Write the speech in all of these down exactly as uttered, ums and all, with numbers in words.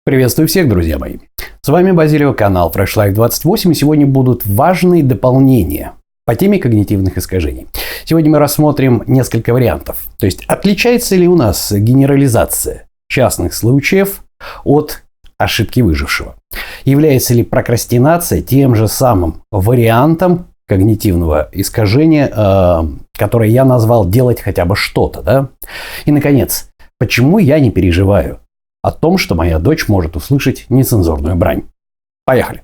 Приветствую всех, друзья мои. С вами Базилио, канал Fresh Life двадцать восемь, и сегодня будут важные дополнения по теме когнитивных искажений. Сегодня мы рассмотрим несколько вариантов. То есть, отличается ли у нас генерализация частных случаев от ошибки выжившего? Является ли прокрастинация тем же самым вариантом когнитивного искажения, э, которое я назвал «делать хотя бы что-то», да? И, наконец, почему я не переживаю о том, что моя дочь может услышать нецензурную брань? Поехали!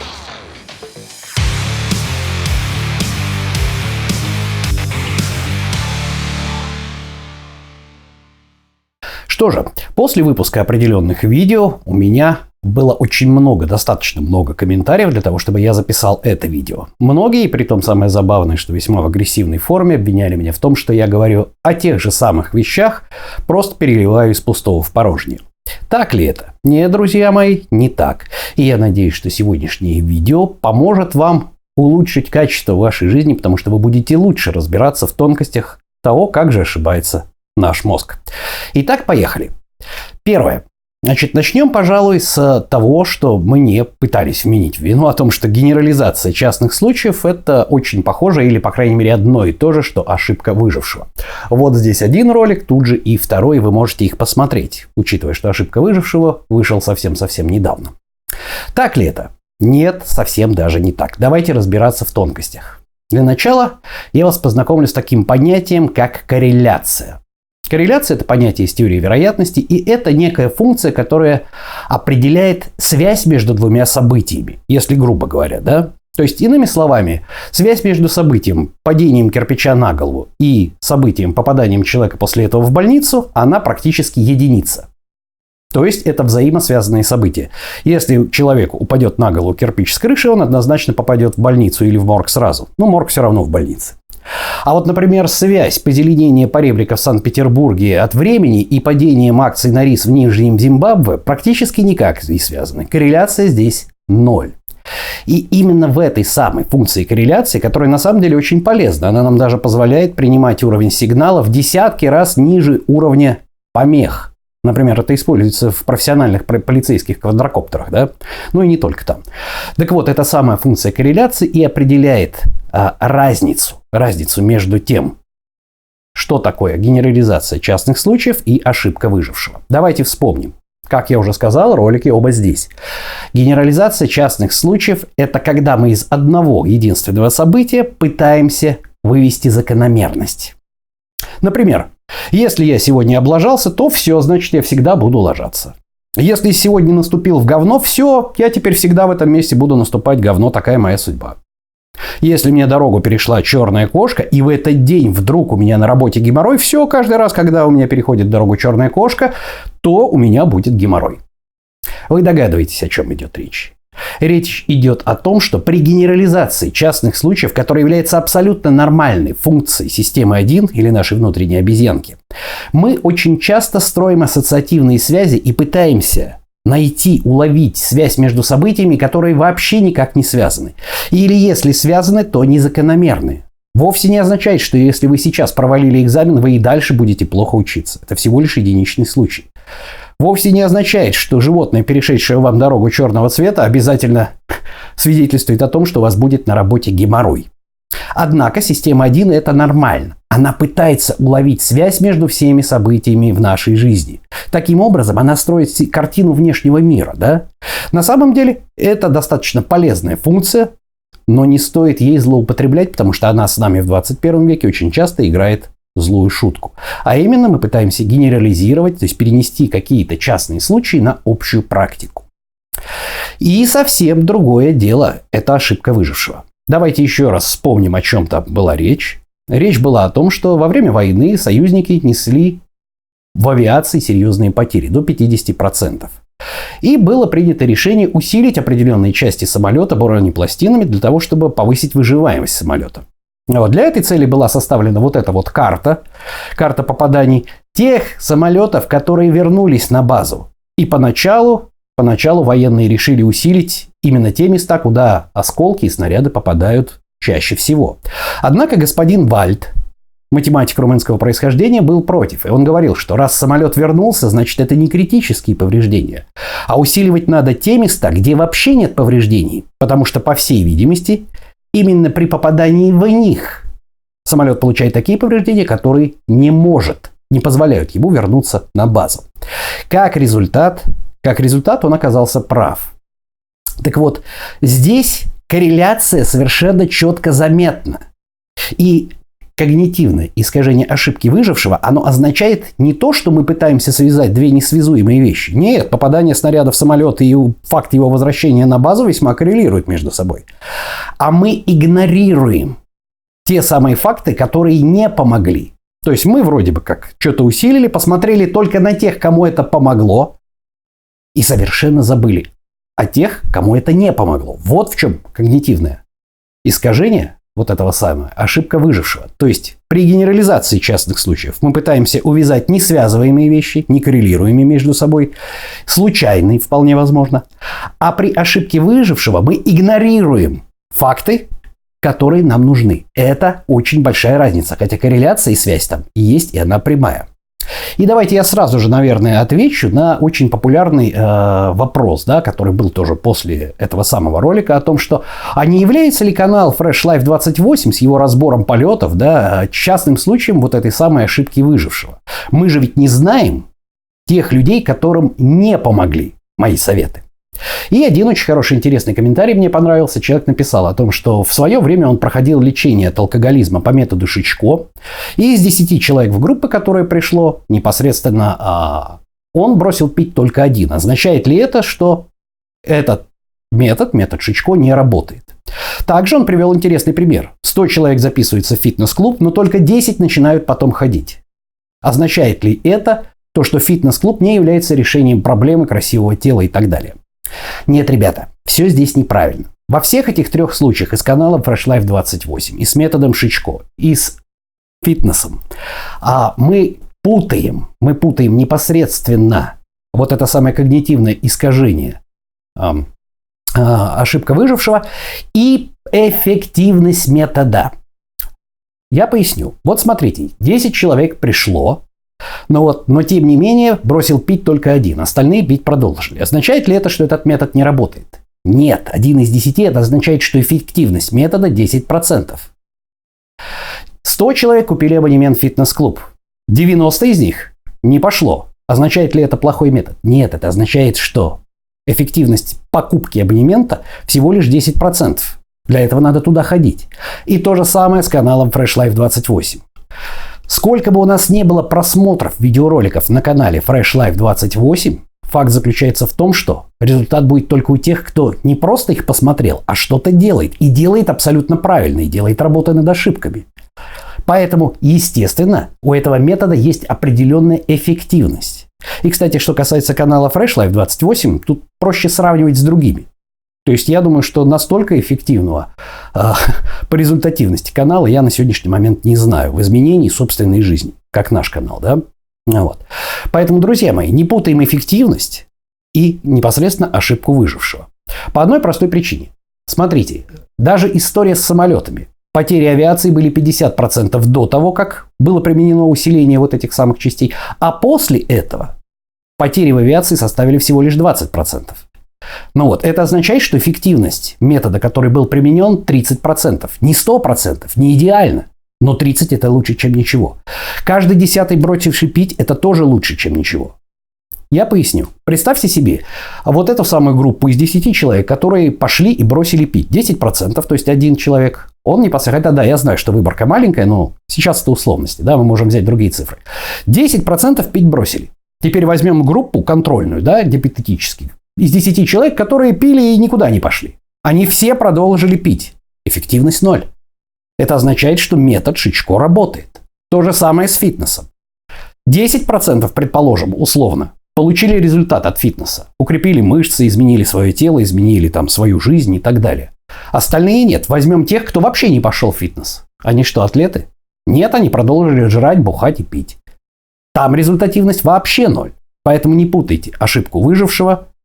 Что же, после выпуска определенных видео у меня было очень много, достаточно много комментариев для того, чтобы я записал это видео. Многие, при том самое забавное, что весьма в агрессивной форме, обвиняли меня в том, что я говорю о тех же самых вещах, просто переливаю из пустого в порожнее. Так ли это? Нет, друзья мои, не так. И я надеюсь, что сегодняшнее видео поможет вам улучшить качество вашей жизни, потому что вы будете лучше разбираться в тонкостях того, как же ошибается наш мозг. Итак, поехали. Первое. Значит, начнем, пожалуй, с того, что мне пытались вменить в вину о том, что генерализация частных случаев – это очень похоже или, по крайней мере, одно и то же, что ошибка выжившего. Вот здесь один ролик, тут же и второй, вы можете их посмотреть, учитывая, что ошибка выжившего вышел совсем-совсем недавно. Так ли это? Нет, совсем даже не так. Давайте разбираться в тонкостях. Для начала я вас познакомлю с таким понятием, как корреляция. Корреляция – это понятие из теории вероятности, и это некая функция, которая определяет связь между двумя событиями, если грубо говоря, да? То есть, иными словами, связь между событием падением кирпича на голову и событием попаданием человека после этого в больницу, она практически единица. То есть, это взаимосвязанные события. Если человеку упадет на голову кирпич с крыши, он однозначно попадет в больницу или в морг сразу. Но морг все равно в больнице. А вот, например, связь позеленения поребрика в Санкт-Петербурге от времени и падением акций на рис в Нижнем Зимбабве практически никак не связаны. Корреляция здесь ноль. И именно в этой самой функции корреляции, которая на самом деле очень полезна, она нам даже позволяет принимать уровень сигнала в десятки раз ниже уровня помех. Например, это используется в профессиональных полицейских квадрокоптерах, да? Ну и не только там. Так вот, эта самая функция корреляции и определяет а, разницу, разницу между тем, что такое генерализация частных случаев и ошибка выжившего. Давайте вспомним. Как я уже сказал, ролики оба здесь. Генерализация частных случаев – это когда мы из одного единственного события пытаемся вывести закономерность. Например, если я сегодня облажался, то все, значит, я всегда буду ложаться. Если сегодня наступил в говно, все, я теперь всегда в этом месте буду наступать говно, такая моя судьба. Если мне дорогу перешла черная кошка, и в этот день вдруг у меня на работе геморрой, все, каждый раз, когда у меня переходит дорогу черная кошка, то у меня будет геморрой. Вы догадываетесь, о чем идет речь? Речь идет о том, что при генерализации частных случаев, которая является абсолютно нормальной функцией системы один или нашей внутренней обезьянки, мы очень часто строим ассоциативные связи и пытаемся найти, уловить связь между событиями, которые вообще никак не связаны. Или если связаны, то незакономерны. Вовсе не означает, что если вы сейчас провалили экзамен, вы и дальше будете плохо учиться. Это всего лишь единичный случай. Вовсе не означает, что животное, перешедшее вам дорогу черного цвета, обязательно свидетельствует о том, что у вас будет на работе геморрой. Однако система один – это нормально. Она пытается уловить связь между всеми событиями в нашей жизни. Таким образом, она строит картину внешнего мира. Да? На самом деле, это достаточно полезная функция, но не стоит ей злоупотреблять, потому что она с нами в двадцать первом веке очень часто играет злую шутку. А именно мы пытаемся генерализировать, то есть перенести какие-то частные случаи на общую практику. И совсем другое дело – это ошибка выжившего. Давайте еще раз вспомним, о чем там была речь. Речь была о том, что во время войны союзники несли в авиации серьезные потери, до пятьдесят процентов. И было принято решение усилить определенные части самолета бронепластинами для того, чтобы повысить выживаемость самолета. Вот для этой цели была составлена вот эта вот карта, карта попаданий тех самолетов, которые вернулись на базу. И поначалу, поначалу военные решили усилить именно те места, куда осколки и снаряды попадают чаще всего. Однако господин Вальд математик румынского происхождения, был против. И он говорил, что раз самолет вернулся, значит, это не критические повреждения. А усиливать надо те места, где вообще нет повреждений. Потому что, по всей видимости, именно при попадании в них самолет получает такие повреждения, которые не может, не позволяют ему вернуться на базу. Как результат, как результат он оказался прав. Так вот, здесь корреляция совершенно четко заметна. И когнитивное искажение ошибки выжившего, оно означает не то, что мы пытаемся связать две несвязуемые вещи. Нет, попадание снаряда в самолет и факт его возвращения на базу весьма коррелируют между собой. А мы игнорируем те самые факты, которые не помогли. То есть мы вроде бы как что-то усилили, посмотрели только на тех, кому это помогло, и совершенно забыли о тех, кому это не помогло. Вот в чем когнитивное искажение вот этого самого, ошибка выжившего. То есть при генерализации частных случаев мы пытаемся увязать несвязываемые вещи, не коррелируемые между собой, случайные вполне возможно. А при ошибке выжившего мы игнорируем факты, которые нам нужны. Это очень большая разница, хотя корреляция и связь там есть, и она прямая. И давайте я сразу же, наверное, отвечу на очень популярный э, вопрос, да, который был тоже после этого самого ролика, о том, что а не является ли канал Fresh Life двадцать восемь с его разбором полетов, да, частным случаем вот этой самой ошибки выжившего. Мы же ведь не знаем тех людей, которым не помогли мои советы. И один очень хороший, интересный комментарий мне понравился. Человек написал о том, что в свое время он проходил лечение от алкоголизма по методу Шичко. И из десяти человек в группы, которое пришло, непосредственно он бросил пить только один. Означает ли это, что этот метод, метод Шичко, не работает? Также он привел интересный пример. сто человек записываются в фитнес-клуб, но только десять начинают потом ходить. Означает ли это то, что фитнес-клуб не является решением проблемы красивого тела и так далее? Нет, ребята, все здесь неправильно. Во всех этих трех случаях и с каналом Fresh Life двадцать восемь, и с методом Шичко, и с фитнесом, а мы путаем, мы путаем непосредственно вот это самое когнитивное искажение, а, а, ошибка выжившего и эффективность метода. Я поясню. Вот смотрите, десять человек пришло. Но, вот, но тем не менее бросил пить только один, остальные пить продолжили. Означает ли это, что этот метод не работает? Нет, один из десяти это означает, что эффективность метода десять процентов. сто человек купили абонемент в фитнес-клуб. девяносто из них не пошло. Означает ли это плохой метод? Нет, это означает, что эффективность покупки абонемента всего лишь десять процентов. Для этого надо туда ходить. И то же самое с каналом Fresh Life двадцать восемь. Сколько бы у нас не было просмотров видеороликов на канале Fresh Life двадцать восемь, факт заключается в том, что результат будет только у тех, кто не просто их посмотрел, а что-то делает. И делает абсолютно правильно, и делает работу над ошибками. Поэтому, естественно, у этого метода есть определенная эффективность. И, кстати, что касается канала Fresh Life двадцать восемь, тут проще сравнивать с другими. То есть я думаю, что настолько эффективного э, по результативности канала я на сегодняшний момент не знаю в изменении собственной жизни, как наш канал, да? Вот. Поэтому, друзья мои, не путаем эффективность и непосредственно ошибку выжившего. По одной простой причине. Смотрите, даже история с самолетами. Потери авиации были пятьдесят процентов до того, как было применено усиление вот этих самых частей, а после этого потери в авиации составили всего лишь двадцать процентов. Ну вот, это означает, что эффективность метода, который был применен, тридцать процентов. Не сто процентов, не идеально, но тридцать процентов это лучше, чем ничего. Каждый десятый бросивший пить, это тоже лучше, чем ничего. Я поясню. Представьте себе вот эту самую группу из десяти человек, которые пошли и бросили пить. десять процентов, то есть один человек. Он не посмотрит, хотя да, я знаю, что выборка маленькая, но сейчас это условности, да, мы можем взять другие цифры. десять процентов пить бросили. Теперь возьмем группу контрольную, да, гипотетически. Из десяти человек, которые пили и никуда не пошли. Они все продолжили пить. Эффективность ноль. Это означает, что метод Шичко работает. То же самое с фитнесом. десять процентов, предположим, условно, получили результат от фитнеса. Укрепили мышцы, изменили свое тело, изменили там свою жизнь и так далее. Остальные нет. Возьмем тех, кто вообще не пошел в фитнес. Они что, атлеты? Нет, они продолжили жрать, бухать и пить. Там результативность вообще ноль. Поэтому не путайте ошибку выжившего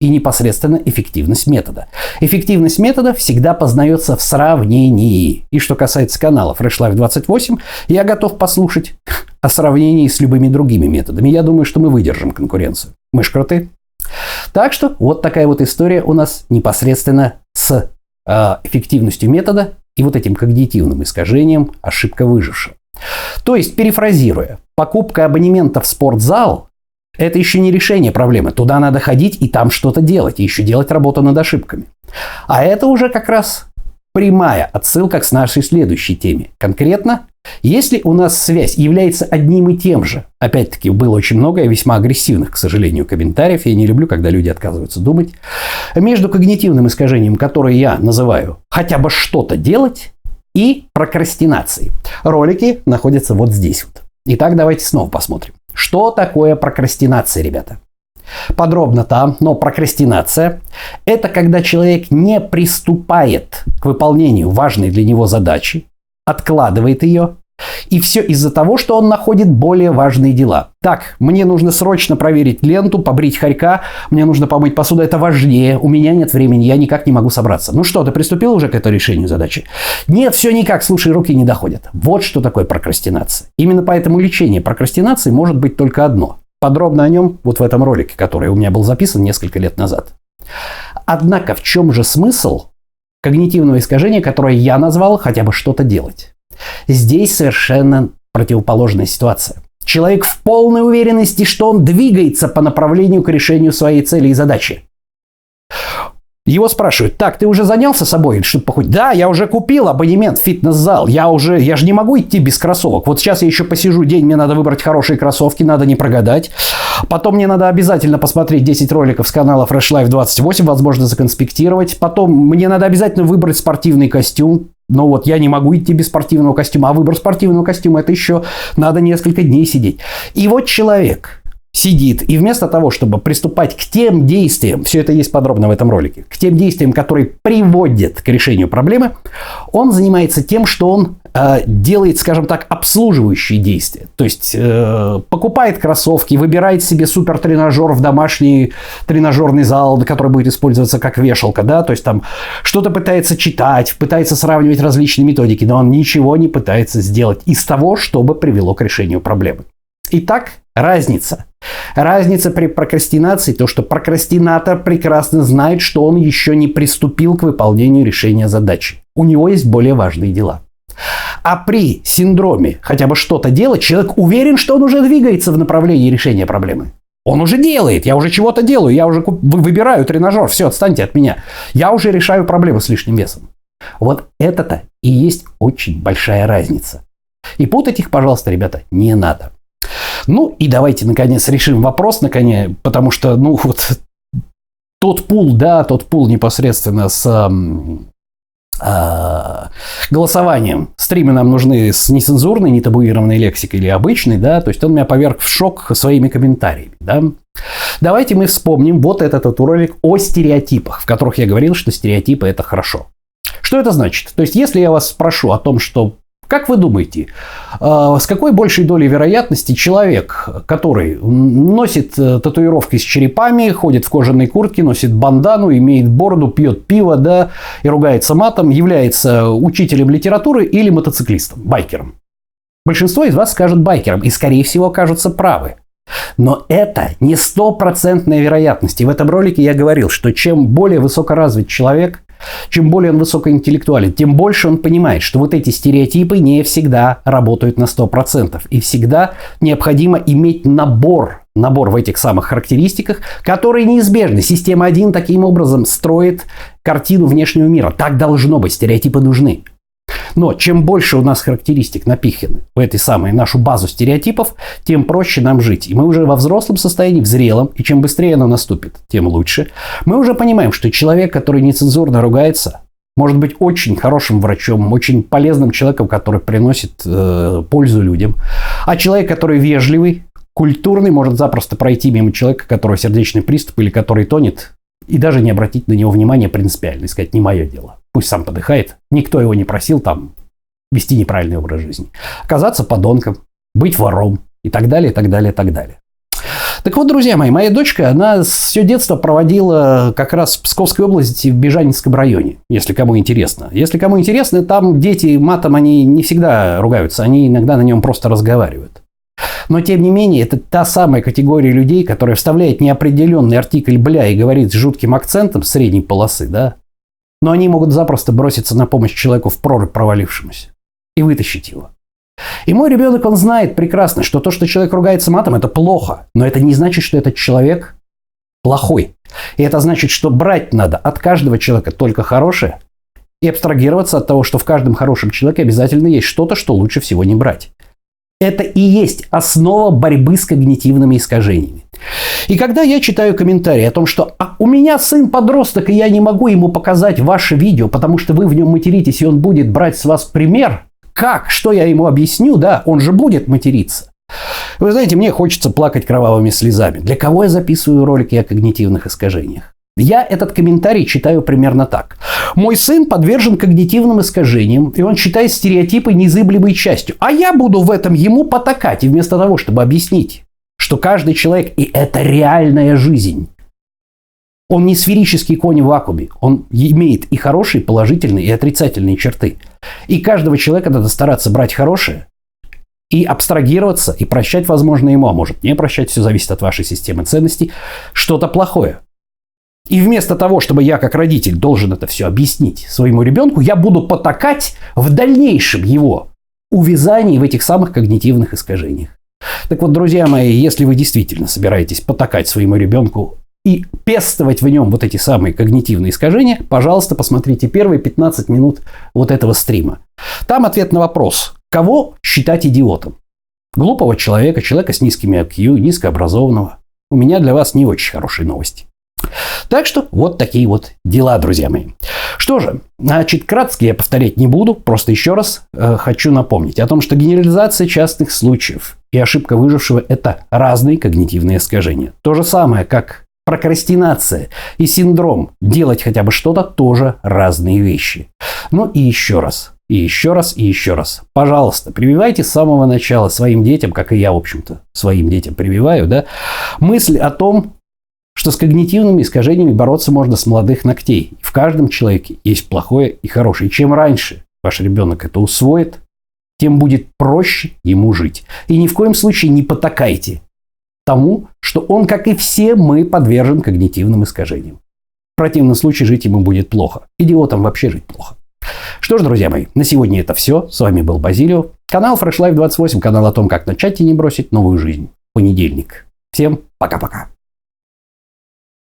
и непосредственно эффективность метода. Эффективность метода всегда познается в сравнении. И что касается канала Fresh Life двадцать восемь, я готов послушать о сравнении с любыми другими методами. Я думаю, что мы выдержим конкуренцию. Мы ж круты. Так что вот такая вот история у нас непосредственно с э, эффективностью метода и вот этим когнитивным искажением ошибка выжившего. То есть, перефразируя, покупка абонемента в спортзал – это еще не решение проблемы. Туда надо ходить и там что-то делать, и еще делать работу над ошибками. А это уже как раз прямая отсылка к нашей следующей теме. Конкретно, если у нас связь является одним и тем же, опять-таки было очень много весьма агрессивных, к сожалению, комментариев, я не люблю, когда люди отказываются думать, между когнитивным искажением, которое я называю хотя бы что-то делать, и прокрастинацией. Ролики находятся вот здесь вот. Итак, давайте снова посмотрим. Что такое прокрастинация, ребята? Подробно там, но прокрастинация – это когда человек не приступает к выполнению важной для него задачи, откладывает ее, и все из-за того, что он находит более важные дела. Так, мне нужно срочно проверить ленту, побрить хорька, мне нужно помыть посуду, это важнее, у меня нет времени, я никак не могу собраться. Ну что, ты приступил уже к этому решению задачи? Нет, все никак, слушай, руки не доходят. Вот что такое прокрастинация. Именно поэтому лечение прокрастинации может быть только одно. Подробно о нем вот в этом ролике, который у меня был записан несколько лет назад. Однако в чем же смысл когнитивного искажения, которое я назвал хотя бы что-то делать? Здесь совершенно противоположная ситуация. Человек в полной уверенности, что он двигается по направлению к решению своей цели и задачи. Его спрашивают: так, ты уже занялся собой, чтобы похудеть? Да, я уже купил абонемент в фитнес-зал. Я уже, я же не могу идти без кроссовок. Вот сейчас я еще посижу день, мне надо выбрать хорошие кроссовки, надо не прогадать. Потом мне надо обязательно посмотреть десять роликов с канала Fresh Life двадцать восемь, возможно, законспектировать. Потом мне надо обязательно выбрать спортивный костюм. Но вот я не могу идти без спортивного костюма, а выбор спортивного костюма – это еще надо несколько дней сидеть. И вот человек сидит, и вместо того, чтобы приступать к тем действиям, все это есть подробно в этом ролике, к тем действиям, которые приводят к решению проблемы, он занимается тем, что он э, делает, скажем так, обслуживающие действия. То есть э, покупает кроссовки, выбирает себе супертренажер в домашний тренажерный зал, который будет использоваться как вешалка, да, то есть там что-то пытается читать, пытается сравнивать различные методики, но он ничего не пытается сделать из того, чтобы привело к решению проблемы. Итак, разница. Разница при прокрастинации, то, что прокрастинатор прекрасно знает, что он еще не приступил к выполнению решения задачи. У него есть более важные дела. А при синдроме хотя бы что-то делать, человек уверен, что он уже двигается в направлении решения проблемы. Он уже делает, я уже чего-то делаю, я уже выбираю тренажер, все, отстаньте от меня. Я уже решаю проблемы с лишним весом. Вот это-то и есть очень большая разница. И путать их, пожалуйста, ребята, не надо. Ну и давайте, наконец, решим вопрос, наконец, потому что, ну, вот тот пул, да, тот пул непосредственно с э, голосованием. Стримы нам нужны с нецензурной, нетабуированной лексикой или обычной, да, то есть он меня поверг в шок своими комментариями, да. Давайте мы вспомним вот этот вот ролик о стереотипах, в которых я говорил, что стереотипы – это хорошо. Что это значит? То есть, если я вас спрошу о том, что как вы думаете, с какой большей долей вероятности человек, который носит татуировки с черепами, ходит в кожаной куртке, носит бандану, имеет бороду, пьет пиво, да, и ругается матом, является учителем литературы или мотоциклистом, байкером? Большинство из вас скажет байкером и, скорее всего, окажутся правы. Но это не стопроцентная вероятность. И в этом ролике я говорил, что чем более высокоразвит человек, чем более он высокоинтеллектуален, тем больше он понимает, что вот эти стереотипы не всегда работают на сто процентов. И всегда необходимо иметь набор, набор в этих самых характеристиках, которые неизбежны. Система один таким образом строит картину внешнего мира. Так должно быть, стереотипы нужны. Но чем больше у нас характеристик напиханы в этой самой нашу базу стереотипов, тем проще нам жить. И мы уже во взрослом состоянии, в зрелом, и чем быстрее оно наступит, тем лучше. Мы уже понимаем, что человек, который нецензурно ругается, может быть очень хорошим врачом, очень полезным человеком, который приносит э, пользу людям. А человек, который вежливый, культурный, может запросто пройти мимо человека, у которого сердечный приступ или который тонет, и даже не обратить на него внимания принципиально, и сказать: не мое дело. Пусть сам подыхает. Никто его не просил там вести неправильный образ жизни. Оказаться подонком, быть вором и так далее, и так далее, и так далее. Так вот, друзья мои, моя дочка, она все детство проводила как раз в Псковской области, в Бежанинском районе, если кому интересно. Если кому интересно, там дети матом, они не всегда ругаются, они иногда на нем просто разговаривают. Но, тем не менее, это та самая категория людей, которая вставляет неопределенный артикль «бля» и говорит с жутким акцентом средней полосы, да? Но они могут запросто броситься на помощь человеку в прорубь провалившемуся и вытащить его. И мой ребенок, он знает прекрасно, что то, что человек ругается матом, это плохо. Но это не значит, что этот человек плохой. И это значит, что брать надо от каждого человека только хорошее и абстрагироваться от того, что в каждом хорошем человеке обязательно есть что-то, что лучше всего не брать. Это и есть основа борьбы с когнитивными искажениями. И когда я читаю комментарии о том, что а, у меня сын подросток, и я не могу ему показать ваше видео, потому что вы в нем материтесь, и он будет брать с вас пример, как? Что я ему объясню? Да, он же будет материться. Вы знаете, мне хочется плакать кровавыми слезами. Для кого я записываю ролики о когнитивных искажениях? Я этот комментарий читаю примерно так. Мой сын подвержен когнитивным искажениям, и он считает стереотипы незыблемой частью. А я буду в этом ему потакать, и вместо того, чтобы объяснить, что каждый человек, и это реальная жизнь, он не сферический конь в вакууме. Он имеет и хорошие, положительные, и отрицательные черты. И каждого человека надо стараться брать хорошее и абстрагироваться, и прощать, возможно, ему, а может не прощать, все зависит от вашей системы ценностей, что-то плохое. И вместо того, чтобы я, как родитель, должен это все объяснить своему ребенку, я буду потакать в дальнейшем его увязании в этих самых когнитивных искажениях. Так вот, друзья мои, если вы действительно собираетесь потакать своему ребенку и пестовать в нем вот эти самые когнитивные искажения, пожалуйста, посмотрите первые пятнадцать минут вот этого стрима. Там ответ на вопрос, кого считать идиотом? Глупого человека, человека с низкими ай кью, низкообразованного. У меня для вас не очень хорошие новости. Так что вот такие вот дела, друзья мои. Что же, значит, кратко я повторять не буду, просто еще раз э, хочу напомнить о том, что генерализация частных случаев и ошибка выжившего – это разные когнитивные искажения. То же самое, как прокрастинация и синдром делать хотя бы что-то, тоже разные вещи. Ну и еще раз, и еще раз, и еще раз. Пожалуйста, прививайте с самого начала своим детям, как и я, в общем-то, своим детям прививаю, да, мысль о том, что с когнитивными искажениями бороться можно с молодых ногтей. В каждом человеке есть плохое и хорошее. И чем раньше ваш ребенок это усвоит, тем будет проще ему жить. И ни в коем случае не потакайте тому, что он, как и все мы, подвержен когнитивным искажениям. В противном случае жить ему будет плохо. Идиотам вообще жить плохо. Что ж, друзья мои, на сегодня это все. С вами был Базилио. Канал Fresh Life двадцать восемь. Канал о том, как начать и не бросить новую жизнь. Понедельник. Всем пока-пока.